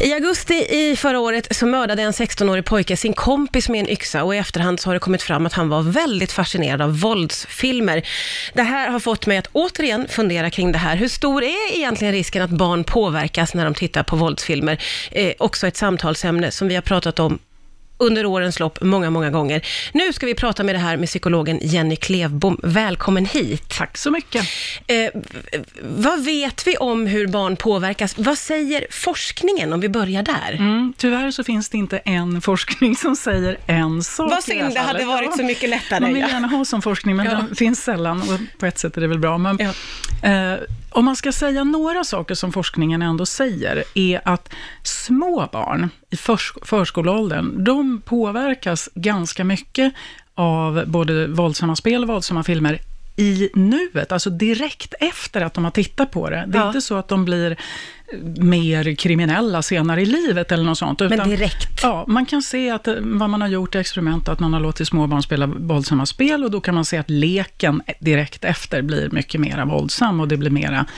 I augusti i förra året så mördade en 16-årig pojke sin kompis med en yxa, och i efterhand så har det kommit fram att han var väldigt fascinerad av våldsfilmer. Det här har fått mig att återigen fundera kring det här. Hur stor är egentligen risken att barn påverkas när de tittar på våldsfilmer? Också ett samtalsämne som vi har pratat om under årens lopp många gånger. Nu ska vi prata med det här med psykologen Jenny Klevbom. Välkommen hit. Tack så mycket. Vad vet vi om hur barn påverkas? Vad säger forskningen om vi börjar där? Tyvärr så finns det inte en forskning som säger en sak. Vad synd, det hade varit så mycket lättare. Man vill gärna ha som forskning, men den finns sällan, och på ett sätt är det väl bra. Men, om man ska säga några saker som forskningen ändå säger är att små barn i förskoleåldern, de påverkas ganska mycket av både våldsamma spel och våldsamma filmer i nuet, alltså direkt efter att de har tittat på det. Det är inte så att de blir mer kriminella senare i livet eller något sånt. Utan, men direkt. Ja, man kan se att vad man har gjort i experiment, att man har låtit småbarn spela våldsamma spel, och då kan man se att leken direkt efter blir mycket mer våldsam, och det blir mera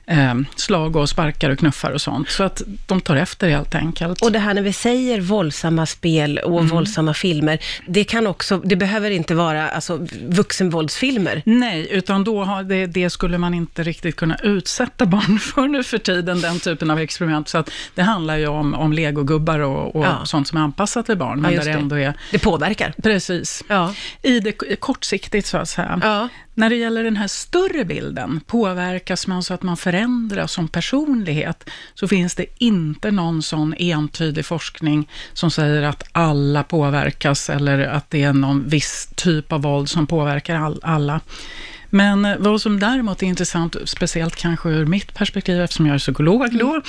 slag och sparkar och knuffar och sånt. Så att de tar efter helt enkelt. Och det här när vi säger våldsamma spel och våldsamma filmer, det kan också, det behöver inte vara alltså vuxenvåldsfilmer. Nej, utan då det skulle man inte riktigt kunna utsätta barn för nu för tiden, den typen av experiment. Så att det handlar ju om legogubbar och sånt som är anpassat till barn. Men där det ändå är... Det påverkar. Precis. Ja. I det kortsiktigt så att säga. Ja. När det gäller den här större bilden, påverkas man så att man förändras som personlighet, så finns det inte någon sån entydig forskning som säger att alla påverkas, eller att det är någon viss typ av våld som påverkar alla. Men vad som däremot är intressant, speciellt kanske ur mitt perspektiv eftersom jag är psykolog då,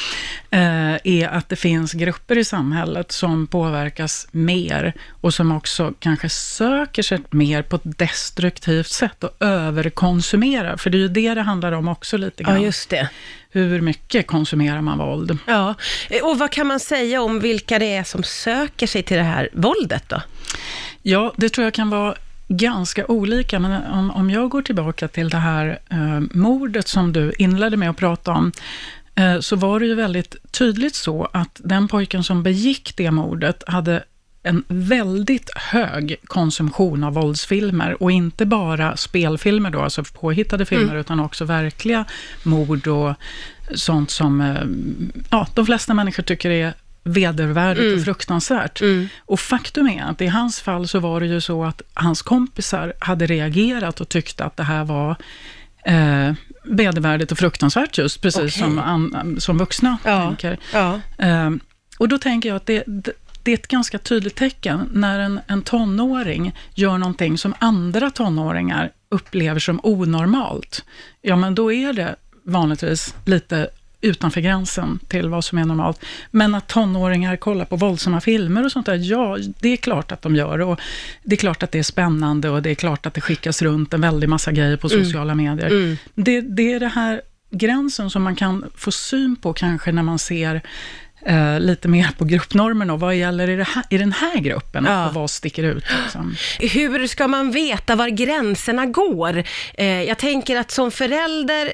är att det finns grupper i samhället som påverkas mer, och som också kanske söker sig mer på ett destruktivt sätt och överkonsumerar. För det är ju det handlar om också lite grann. Ja, just det. Hur mycket konsumerar man våld? Ja, och vad kan man säga om vilka det är som söker sig till det här våldet då? Ja, det tror jag kan vara ganska olika, men om jag går tillbaka till det här mordet som du inledde med att prata om, så var det ju väldigt tydligt så att den pojken som begick det mordet hade en väldigt hög konsumtion av våldsfilmer, och inte bara spelfilmer då, alltså påhittade filmer, utan också verkliga mord och sånt som de flesta människor tycker är vedervärdigt och fruktansvärt. Och faktum är att i hans fall så var det ju så att hans kompisar hade reagerat och tyckte att det här var vedervärdigt och fruktansvärt, just precis som vuxna tänker. Ja. Och då tänker jag att det är ett ganska tydligt tecken när en tonåring gör någonting som andra tonåringar upplever som onormalt. Ja, men då är det vanligtvis lite utanför gränsen till vad som är normalt. Men att tonåringar kollar på våldsamma filmer och sånt där, ja, det är klart att de gör, och det är klart att det är spännande, och det är klart att det skickas runt en väldig massa grejer på sociala medier. Det är det här gränsen som man kan få syn på kanske när man ser lite mer på gruppnormen, och vad gäller i den här gruppen och vad sticker ut liksom. Hur ska man veta var gränserna går? Jag tänker att som förälder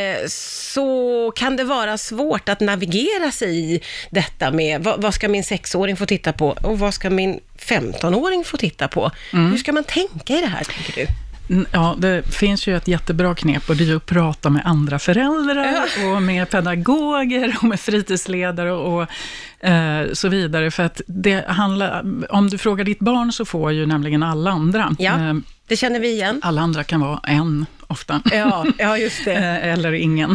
så kan det vara svårt att navigera sig i detta med vad ska min 6-åring få titta på och vad ska min 15-åring få titta på? Hur ska man tänka i det här, tänker du? Ja, det finns ju ett jättebra knep, och det är ju att prata med andra föräldrar och med pedagoger och med fritidsledare och så vidare. För att det handlar, om du frågar ditt barn så får ju nämligen alla andra. Ja, det känner vi igen. Alla andra kan vara en ofta. Ja, just det. Eller ingen.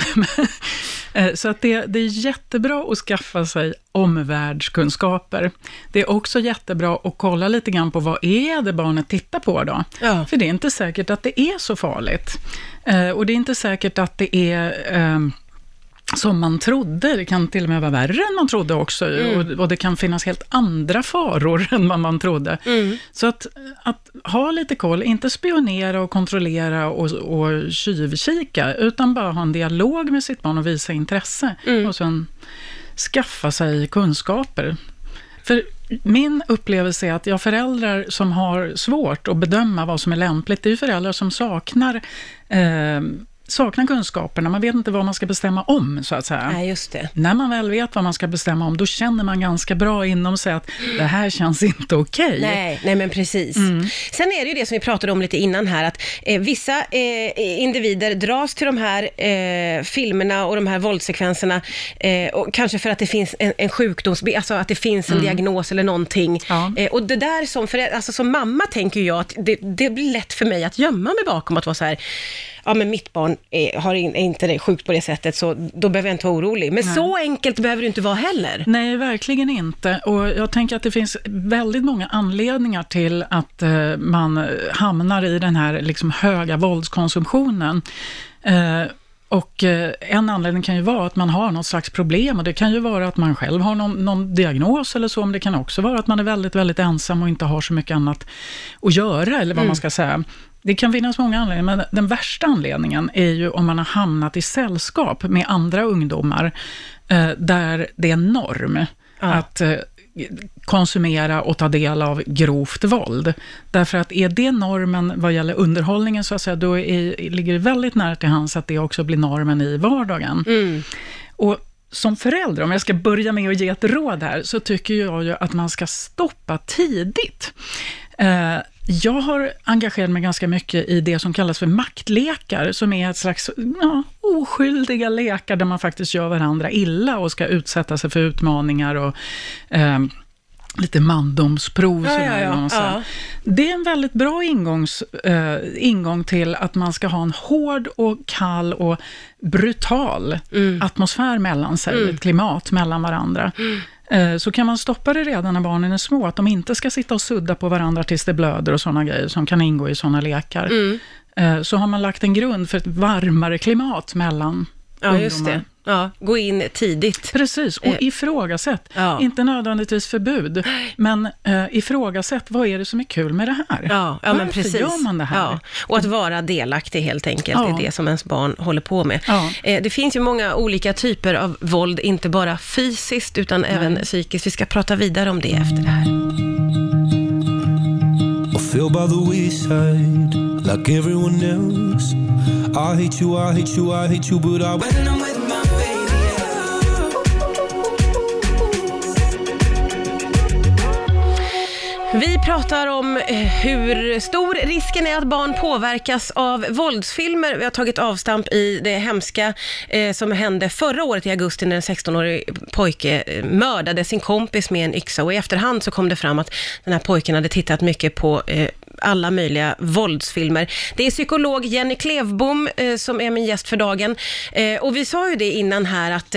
Så att det är jättebra att skaffa sig omvärldskunskaper. Det är också jättebra att kolla lite grann på vad är det barnet tittar på då. Ja. För det är inte säkert att det är så farligt. Och det är inte säkert att det är som man trodde. Det kan till och med vara värre än man trodde också. Och det kan finnas helt andra faror än vad man trodde. Så att ha lite koll, inte spionera och kontrollera och tjuvkika, utan bara ha en dialog med sitt barn och visa intresse. Och sen skaffa sig kunskaper. För min upplevelse är att föräldrar som har svårt att bedöma vad som är lämpligt, det är ju föräldrar som saknar saknar kunskaperna, man vet inte vad man ska bestämma om, så att säga. Nej, just det. När man väl vet vad man ska bestämma om, då känner man ganska bra inom sig att det här känns inte okej. Nej, men precis. Sen är det ju det som vi pratade om lite innan här, att vissa individer dras till de här filmerna och de här våldssekvenserna, och kanske för att det finns en sjukdom, alltså att det finns en diagnos eller någonting. Ja. Och det där som mamma tänker jag att det blir lätt för mig att gömma mig bakom att vara så här: ja, men mitt barn är inte sjukt på det sättet, så då behöver jag inte vara orolig. Men så enkelt behöver det inte vara heller. Nej, verkligen inte. Och jag tänker att det finns väldigt många anledningar till att man hamnar i den här liksom höga våldskonsumtionen. Och en anledning kan ju vara att man har något slags problem, och det kan ju vara att man själv har någon diagnos eller så, men det kan också vara att man är väldigt, väldigt ensam och inte har så mycket annat att göra, eller vad man ska säga. Det kan finnas många anledningar, men den värsta anledningen är ju om man har hamnat i sällskap med andra ungdomar där det är norm att konsumera och ta del av grovt våld. Därför att är det normen vad gäller underhållningen, så att säga, då ligger det väldigt nära till hands att det också blir normen i vardagen. Och som förälder, om jag ska börja med att ge ett råd här, så tycker jag ju att man ska stoppa tidigt. Jag har engagerat mig ganska mycket i det som kallas för maktlekar, som är ett slags oskyldiga lekar där man faktiskt gör varandra illa och ska utsätta sig för utmaningar och lite mandomsprov. Det är en väldigt bra ingång till att man ska ha en hård och kall och brutal atmosfär mellan sig, ett klimat mellan varandra. Så kan man stoppa det redan när barnen är små, att de inte ska sitta och sudda på varandra tills det blöder och sådana grejer som kan ingå i sådana lekar. Så har man lagt en grund för ett varmare klimat mellan ungdomar. Just det. Ja, gå in tidigt. Precis, och ifrågasätt. Inte nödvändigtvis förbud, men ifrågasätt, vad är det som är kul med det här? Men precis. Gör man det här? Ja. Och att vara delaktig helt enkelt, det är det som ens barn håller på med. Det finns ju många olika typer av våld, inte bara fysiskt utan även psykiskt. Vi ska prata vidare om det efter det här. I feel by the wayside, like everyone else. I hate you, I hate you, I hate you, but when I'm with my baby, Vi pratar om hur stor risken är att barn påverkas av våldsfilmer. Vi har tagit avstamp i det hemska som hände förra året i augusti när en 16-årig pojke mördade sin kompis med en yxa. Och i efterhand så kom det fram att den här pojken hade tittat mycket på alla möjliga våldsfilmer. Det är psykolog Jenny Klevbom som är min gäst för dagen. Och vi sa ju det innan här att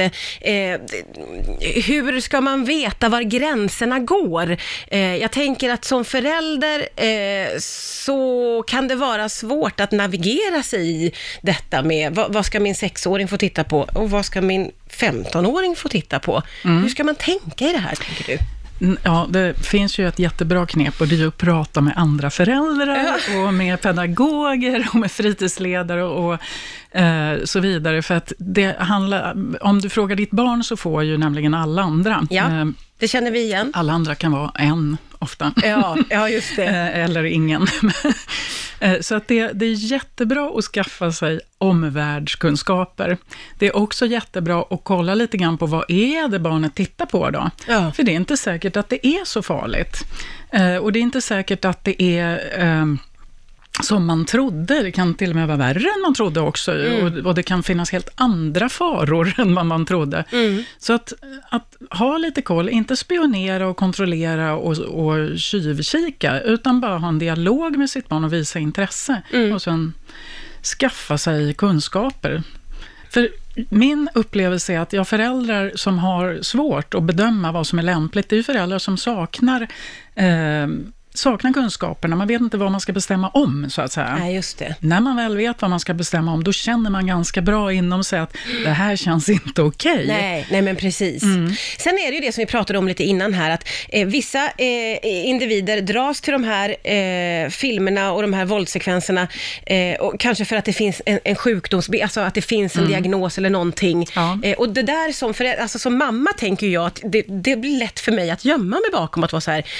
hur ska man veta var gränserna går? Jag tänker att som förälder så kan det vara svårt att navigera sig i detta med vad ska min 6-åring få titta på och vad ska min 15-åring få titta på? Hur ska man tänka i det här, tänker du? Ja, det finns ju ett jättebra knep, och det är att prata med andra föräldrar och med pedagoger och med fritidsledare och så vidare. För att det handlar, om du frågar ditt barn så får ju nämligen alla andra. Ja, det känner vi igen. Alla andra kan vara en ofta. Ja, just det. Eller ingen. Så att det är jättebra att skaffa sig omvärldskunskaper. Det är också jättebra att kolla lite grann på vad är det barnet tittar på då. Ja. För det är inte säkert att det är så farligt. Och det är inte säkert att det är som man trodde. Det kan till och med vara värre än man trodde också. Och det kan finnas helt andra faror än vad man trodde. Så att ha lite koll, inte spionera och kontrollera och tjuvkika, utan bara ha en dialog med sitt barn och visa intresse. Och sen skaffa sig kunskaper. För min upplevelse är att föräldrar som har svårt att bedöma vad som är lämpligt, det är ju föräldrar som saknar kunskaperna. Man vet inte vad man ska bestämma om, så att säga. Nej, just det. När man väl vet vad man ska bestämma om, då känner man ganska bra inom sig att det här känns inte okej. Nej, men precis. Sen är det ju det som vi pratade om lite innan här, att vissa individer dras till de här filmerna och de här våldssekvenserna, och kanske för att det finns en sjukdom, alltså att det finns en diagnos eller någonting. Och det där som mamma tänker jag att det blir lätt för mig att gömma mig bakom att vara så här: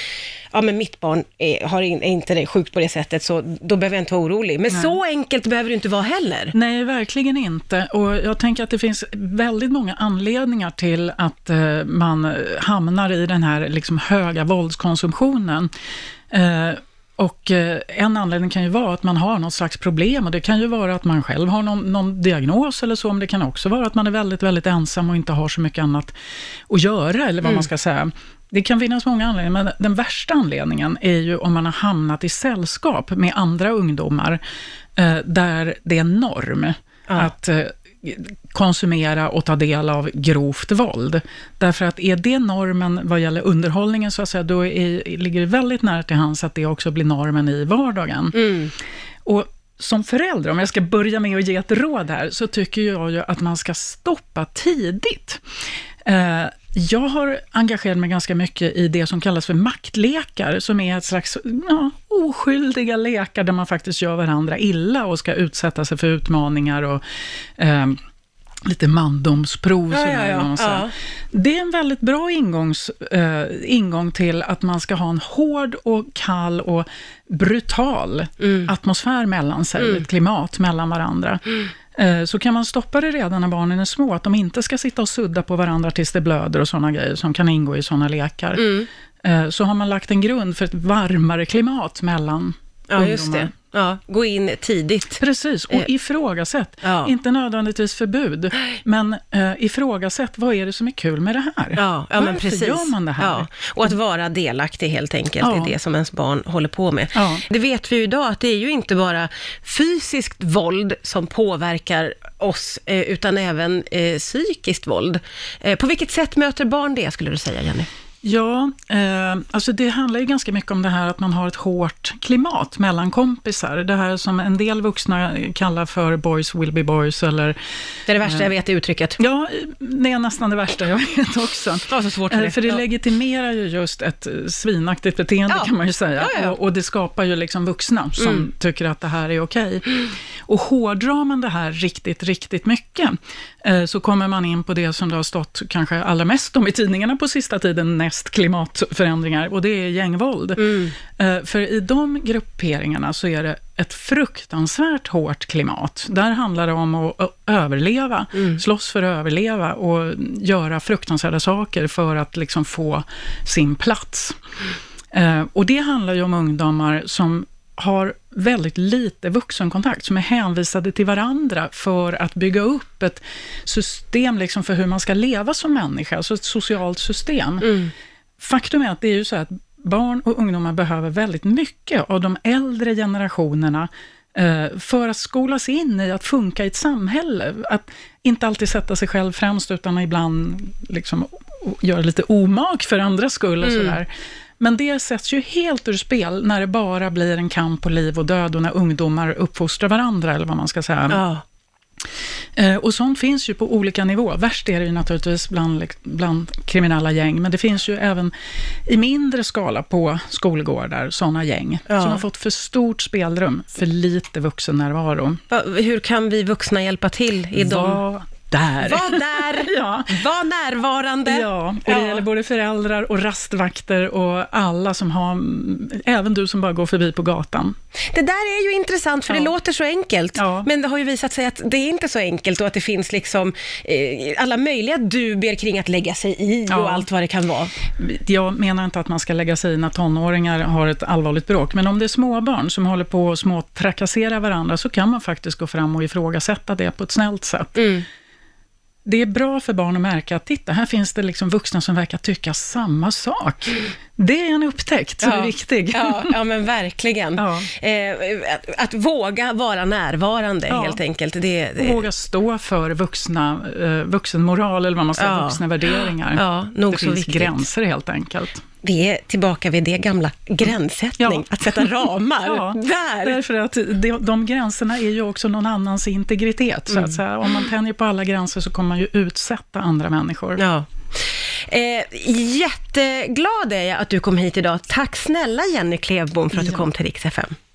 ja men mitt barn är inte det sjukt på det sättet, så då behöver jag inte vara orolig. Men så enkelt behöver det inte vara heller. Nej, verkligen inte. Och jag tänker att det finns väldigt många anledningar till att man hamnar i den här liksom höga våldskonsumtionen. Och en anledning kan ju vara att man har något slags problem, och det kan ju vara att man själv har någon diagnos eller så, men det kan också vara att man är väldigt, väldigt ensam och inte har så mycket annat att göra, eller vad man ska säga. Det kan finnas många anledningar, men den värsta anledningen är ju om man har hamnat i sällskap med andra ungdomar där det är norm att konsumera och ta del av grovt våld. Därför att är det normen vad gäller underhållningen, så att säga, då ligger det väldigt nära till hands att det också blir normen i vardagen. Och som förälder, om jag ska börja med att ge ett råd här, så tycker jag ju att man ska stoppa tidigt. Jag har engagerat mig ganska mycket i det som kallas för maktlekar, som är ett slags oskyldiga lekar där man faktiskt gör varandra illa och ska utsätta sig för utmaningar och lite mandomsprov. Det är en väldigt bra ingång till att man ska ha en hård och kall och brutal atmosfär mellan sig, ett klimat mellan varandra. Så kan man stoppa det redan när barnen är små, att de inte ska sitta och sudda på varandra tills det blöder och sådana grejer som kan ingå i sådana lekar. Så har man lagt en grund för ett varmare klimat mellan ungdomar. Just det. Ja, gå in tidigt. Precis, och ifrågasätt. Inte nödvändigtvis förbud, men ifrågasätt, vad är det som är kul med det här? Ja, men precis. Gör man det här? Ja. Och att vara delaktig helt enkelt i det som ens barn håller på med. Det vet vi ju idag, att det är ju inte bara fysiskt våld som påverkar oss, utan även psykiskt våld. På vilket sätt möter barn det, skulle du säga, Jenny? Ja, alltså det handlar ju ganska mycket om det här att man har ett hårt klimat mellan kompisar. Det här som en del vuxna kallar för boys will be boys. Eller, det är det värsta jag vet i uttrycket. Ja, det är nästan det värsta jag vet också. Det var så svårt för det. För det legitimerar ju just ett svinaktigt beteende, kan man ju säga. Och det skapar ju liksom vuxna som tycker att det här är okej. Och hårdrar man det här riktigt, riktigt mycket, så kommer man in på det som det har stått kanske allra mest om i tidningarna på sista tiden, klimatförändringar, och det är gängvåld. För i de grupperingarna så är det ett fruktansvärt hårt klimat. Där handlar det om att överleva, slåss för att överleva och göra fruktansvärda saker för att liksom få sin plats. Och det handlar ju om ungdomar som har väldigt lite vuxenkontakt, som är hänvisade till varandra för att bygga upp ett system liksom för hur man ska leva som människa, alltså ett socialt system. Faktum är att det är ju så att barn och ungdomar behöver väldigt mycket av de äldre generationerna för att skolas in i att funka i ett samhälle. Att inte alltid sätta sig själv främst, utan ibland liksom göra lite omak för andras skull och sådär. Men det sätts ju helt ur spel när det bara blir en kamp på liv och död, och när ungdomar uppfostrar varandra, eller vad man ska säga. Och sånt finns ju på olika nivåer. Värst är det ju naturligtvis bland kriminella gäng, men det finns ju även i mindre skala på skolgårdar sådana gäng som har fått för stort spelrum, för lite vuxennärvaro. Hur kan vi vuxna hjälpa till i dem? Var där, var närvarande. Ja, och det gäller både föräldrar och rastvakter och alla som har, även du som bara går förbi på gatan. Det där är ju intressant, för det låter så enkelt, men det har ju visat sig att det är inte så enkelt, och att det finns liksom alla möjliga dubier kring att lägga sig i och allt vad det kan vara. Jag menar inte att man ska lägga sig i när tonåringar har ett allvarligt bråk, men om det är småbarn som håller på att trakassera varandra, så kan man faktiskt gå fram och ifrågasätta det på ett snällt sätt. Det är bra för barn att märka att titta, här finns det liksom vuxna som verkar tycka samma sak. Det är en upptäckt som är viktig. Ja, men verkligen. Att våga vara närvarande helt enkelt. Våga stå för vuxenmoral, eller vad man säger, vuxna värderingar. Nog det så finns viktigt. Gränser helt enkelt. Vi är tillbaka vid det gamla gränssättning, att sätta ramar. Därför att de gränserna är ju också någon annans integritet. Så att säga. Om man tänjer på alla gränser så kommer man ju utsätta andra människor. Jätteglad är jag att du kom hit idag. Tack snälla Jenny Klevbom för att du kom till Rix FM.